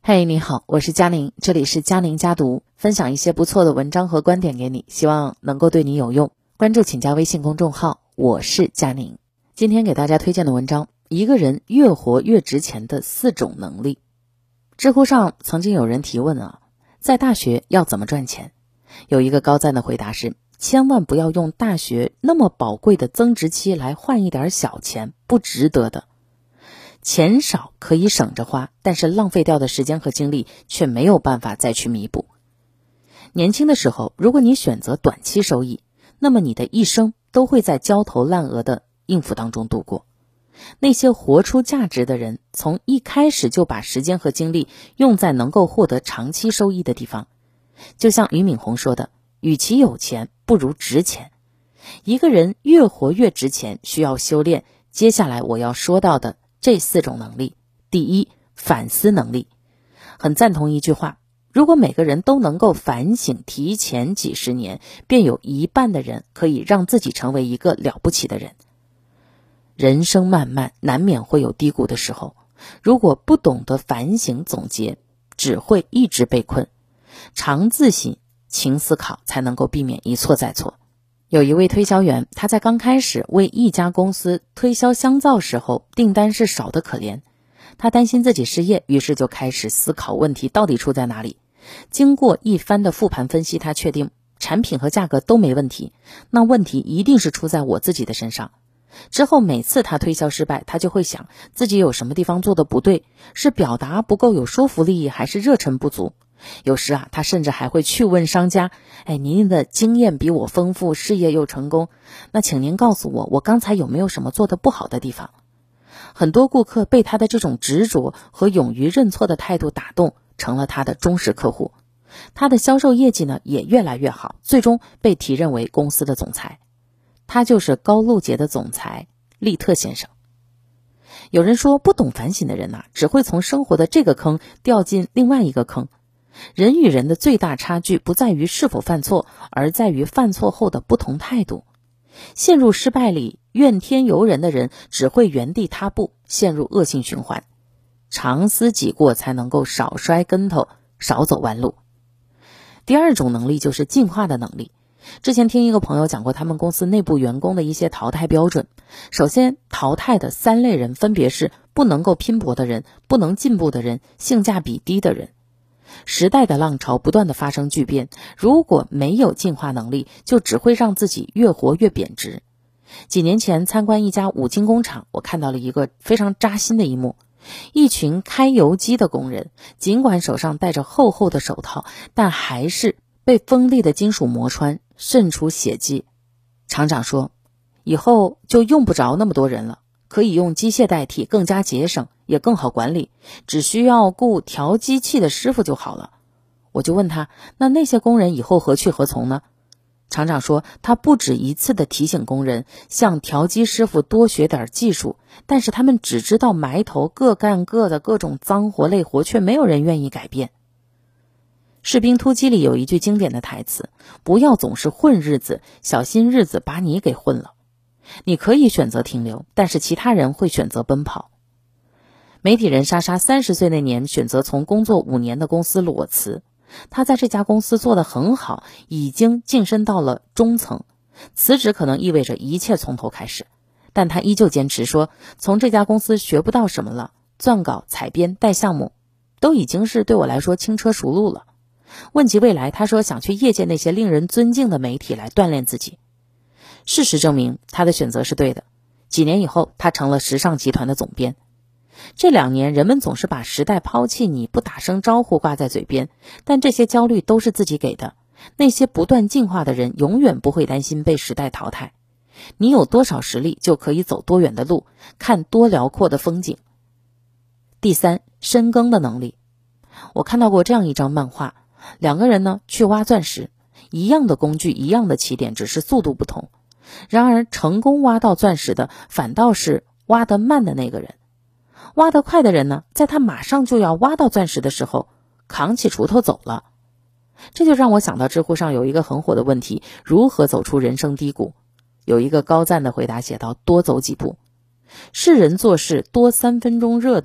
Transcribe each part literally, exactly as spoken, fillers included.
嘿，你好，我是佳宁，这里是佳宁家读，分享一些不错的文章和观点给你，希望能够对你有用。关注请加微信公众号，我是佳宁。今天给大家推荐的文章，一个人越活越值钱的四种能力。知乎上曾经有人提问啊，在大学要怎么赚钱？有一个高赞的回答是，千万不要用大学那么宝贵的增值期来换一点小钱，不值得的。钱少可以省着花，但是浪费掉的时间和精力却没有办法再去弥补。年轻的时候，如果你选择短期收益，那么你的一生都会在焦头烂额的应付当中度过。那些活出价值的人，从一开始就把时间和精力用在能够获得长期收益的地方。就像俞敏洪说的，与其有钱，不如值钱。一个人越活越值钱，需要修炼接下来我要说到的这四种能力。第一，反思能力。很赞同一句话，如果每个人都能够反省提前几十年，便有一半的人可以让自己成为一个了不起的人。人生漫漫，难免会有低谷的时候，如果不懂得反省总结，只会一直被困。常自省，勤思考，才能够避免一错再错。有一位推销员，他在刚开始为一家公司推销香皂时候，订单是少得可怜。他担心自己失业，于是就开始思考问题到底出在哪里。经过一番的复盘分析，他确定产品和价格都没问题，那问题一定是出在我自己的身上。之后每次他推销失败，他就会想自己有什么地方做得不对，是表达不够有说服力，还是热忱不足。有时啊，他甚至还会去问商家，哎，您的经验比我丰富，事业又成功，那请您告诉我，我刚才有没有什么做得不好的地方？很多顾客被他的这种执着和勇于认错的态度打动，成了他的忠实客户。他的销售业绩呢也越来越好，最终被提任为公司的总裁。他就是高露洁的总裁利特先生。有人说，不懂反省的人啊，只会从生活的这个坑掉进另外一个坑。人与人的最大差距不在于是否犯错，而在于犯错后的不同态度。陷入失败里怨天尤人的人，只会原地踏步，陷入恶性循环。常思己过，才能够少摔跟头，少走弯路。第二种能力就是进化的能力。之前听一个朋友讲过他们公司内部员工的一些淘汰标准。首先，淘汰的三类人分别是不能够拼搏的人、不能进步的人、性价比低的人。时代的浪潮不断的发生巨变，如果没有进化能力，就只会让自己越活越贬值。几年前参观一家五金工厂，我看到了一个非常扎心的一幕。一群开油机的工人，尽管手上戴着厚厚的手套，但还是被锋利的金属磨穿，渗出血迹。厂长说，以后就用不着那么多人了，可以用机械代替，更加节省，也更好管理，只需要雇调机器的师傅就好了。我就问他，那那些工人以后何去何从呢？厂长说，他不止一次地提醒工人向调机师傅多学点技术，但是他们只知道埋头各干各的各种脏活累活，却没有人愿意改变。士兵突击里有一句经典的台词，不要总是混日子，小心日子把你给混了。你可以选择停留，但是其他人会选择奔跑。媒体人莎莎三十岁那年选择从工作五年的公司裸辞，她在这家公司做得很好，已经晋升到了中层。辞职可能意味着一切从头开始，但她依旧坚持说，从这家公司学不到什么了，撰稿、采编、带项目都已经是对我来说轻车熟路了。问及未来，她说想去业界那些令人尊敬的媒体来锻炼自己。事实证明，他的选择是对的。几年以后，他成了时尚集团的总编。这两年，人们总是把时代抛弃你，不打声招呼挂在嘴边，但这些焦虑都是自己给的。那些不断进化的人，永远不会担心被时代淘汰。你有多少实力，就可以走多远的路，看多辽阔的风景。第三，深耕的能力。我看到过这样一张漫画，两个人呢去挖钻石，一样的工具，一样的起点，只是速度不同。然而成功挖到钻石的反倒是挖得慢的那个人。挖得快的人呢，在他马上就要挖到钻石的时候，扛起锄头走了。这就让我想到知乎上有一个很火的问题，如何走出人生低谷？有一个高赞的回答写道，多走几步。是人做事多三分钟热度，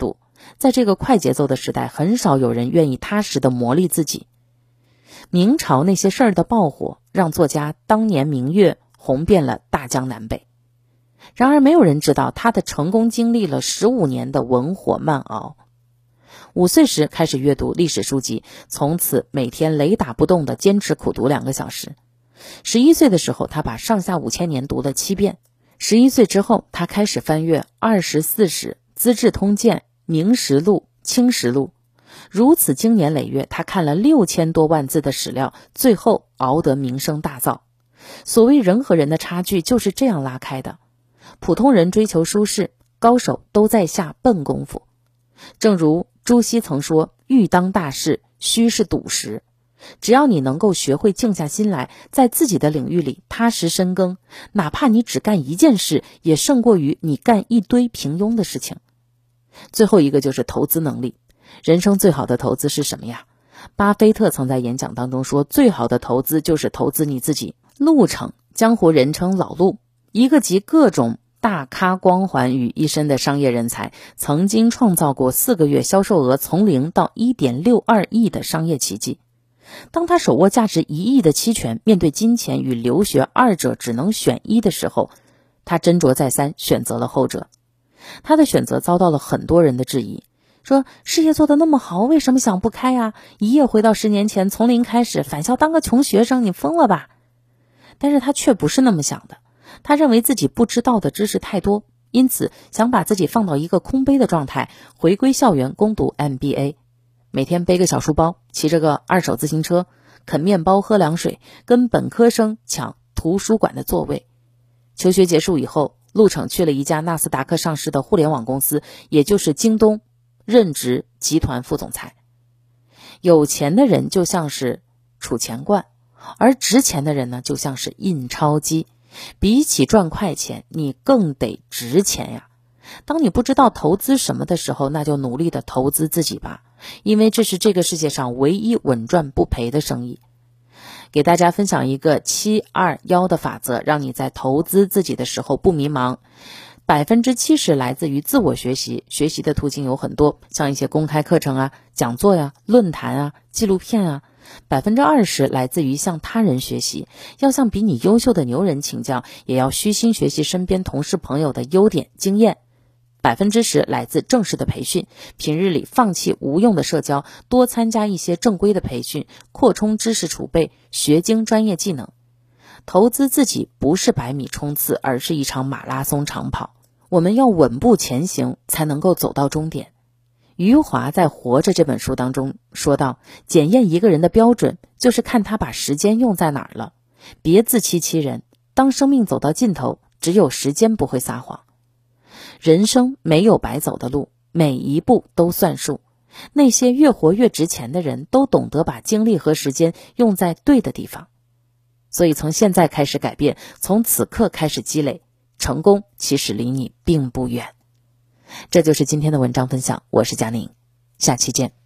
在这个快节奏的时代，很少有人愿意踏实的磨砺自己。明朝那些事儿的爆火，让作家当年明月红遍了大江南北。然而没有人知道他的成功经历了十五年的文火慢熬。五岁时开始阅读历史书籍，从此每天雷打不动地坚持苦读两个小时。十一岁的时候，他把上下五千年读了七遍。十一岁之后，他开始翻阅二十四史、资治通鉴、明实录、清实录。如此经年累月，他看了六千多万字的史料，最后熬得名声大噪。所谓人和人的差距就是这样拉开的。普通人追求舒适，高手都在下笨功夫。正如朱熹曾说，欲当大事，须是笃实。只要你能够学会静下心来，在自己的领域里踏实深耕，哪怕你只干一件事，也胜过于你干一堆平庸的事情。最后一个就是投资能力。人生最好的投资是什么呀？巴菲特曾在演讲当中说，最好的投资就是投资你自己。陆程，江湖人称老陆，一个集各种大咖光环于一身的商业人才，曾经创造过四个月销售额从零到 一点六二亿的商业奇迹。当他手握价值一亿的期权，面对金钱与留学二者只能选一的时候，他斟酌再三，选择了后者。他的选择遭到了很多人的质疑，说事业做得那么好，为什么想不开啊？一夜回到十年前，从零开始，返校当个穷学生，你疯了吧？但是他却不是那么想的。他认为自己不知道的知识太多，因此想把自己放到一个空杯的状态，回归校园攻读 M B A。 每天背个小书包，骑着个二手自行车，啃面包喝凉水，跟本科生抢图书馆的座位。求学结束以后，陆程去了一家纳斯达克上市的互联网公司，也就是京东，任职集团副总裁。有钱的人就像是储钱罐，而值钱的人呢，就像是印钞机。比起赚快钱，你更得值钱呀。当你不知道投资什么的时候，那就努力的投资自己吧，因为这是这个世界上唯一稳赚不赔的生意。给大家分享一个七二一的法则，让你在投资自己的时候不迷茫。百分之七十来自于自我学习，学习的途径有很多，像一些公开课程啊、讲座呀、论坛啊、纪录片啊。百分之二十来自于向他人学习，要向比你优秀的牛人请教，也要虚心学习身边同事朋友的优点经验。百分之十来自正式的培训，平日里放弃无用的社交，多参加一些正规的培训，扩充知识储备，学精专业技能。投资自己不是百米冲刺，而是一场马拉松长跑。我们要稳步前行，才能够走到终点。余华在《活着》这本书当中说到，检验一个人的标准就是看他把时间用在哪儿了。别自欺欺人，当生命走到尽头，只有时间不会撒谎。人生没有白走的路，每一步都算数。那些越活越值钱的人，都懂得把精力和时间用在对的地方。所以从现在开始改变，从此刻开始积累，成功其实离你并不远。这就是今天的文章分享，我是佳宁，下期见。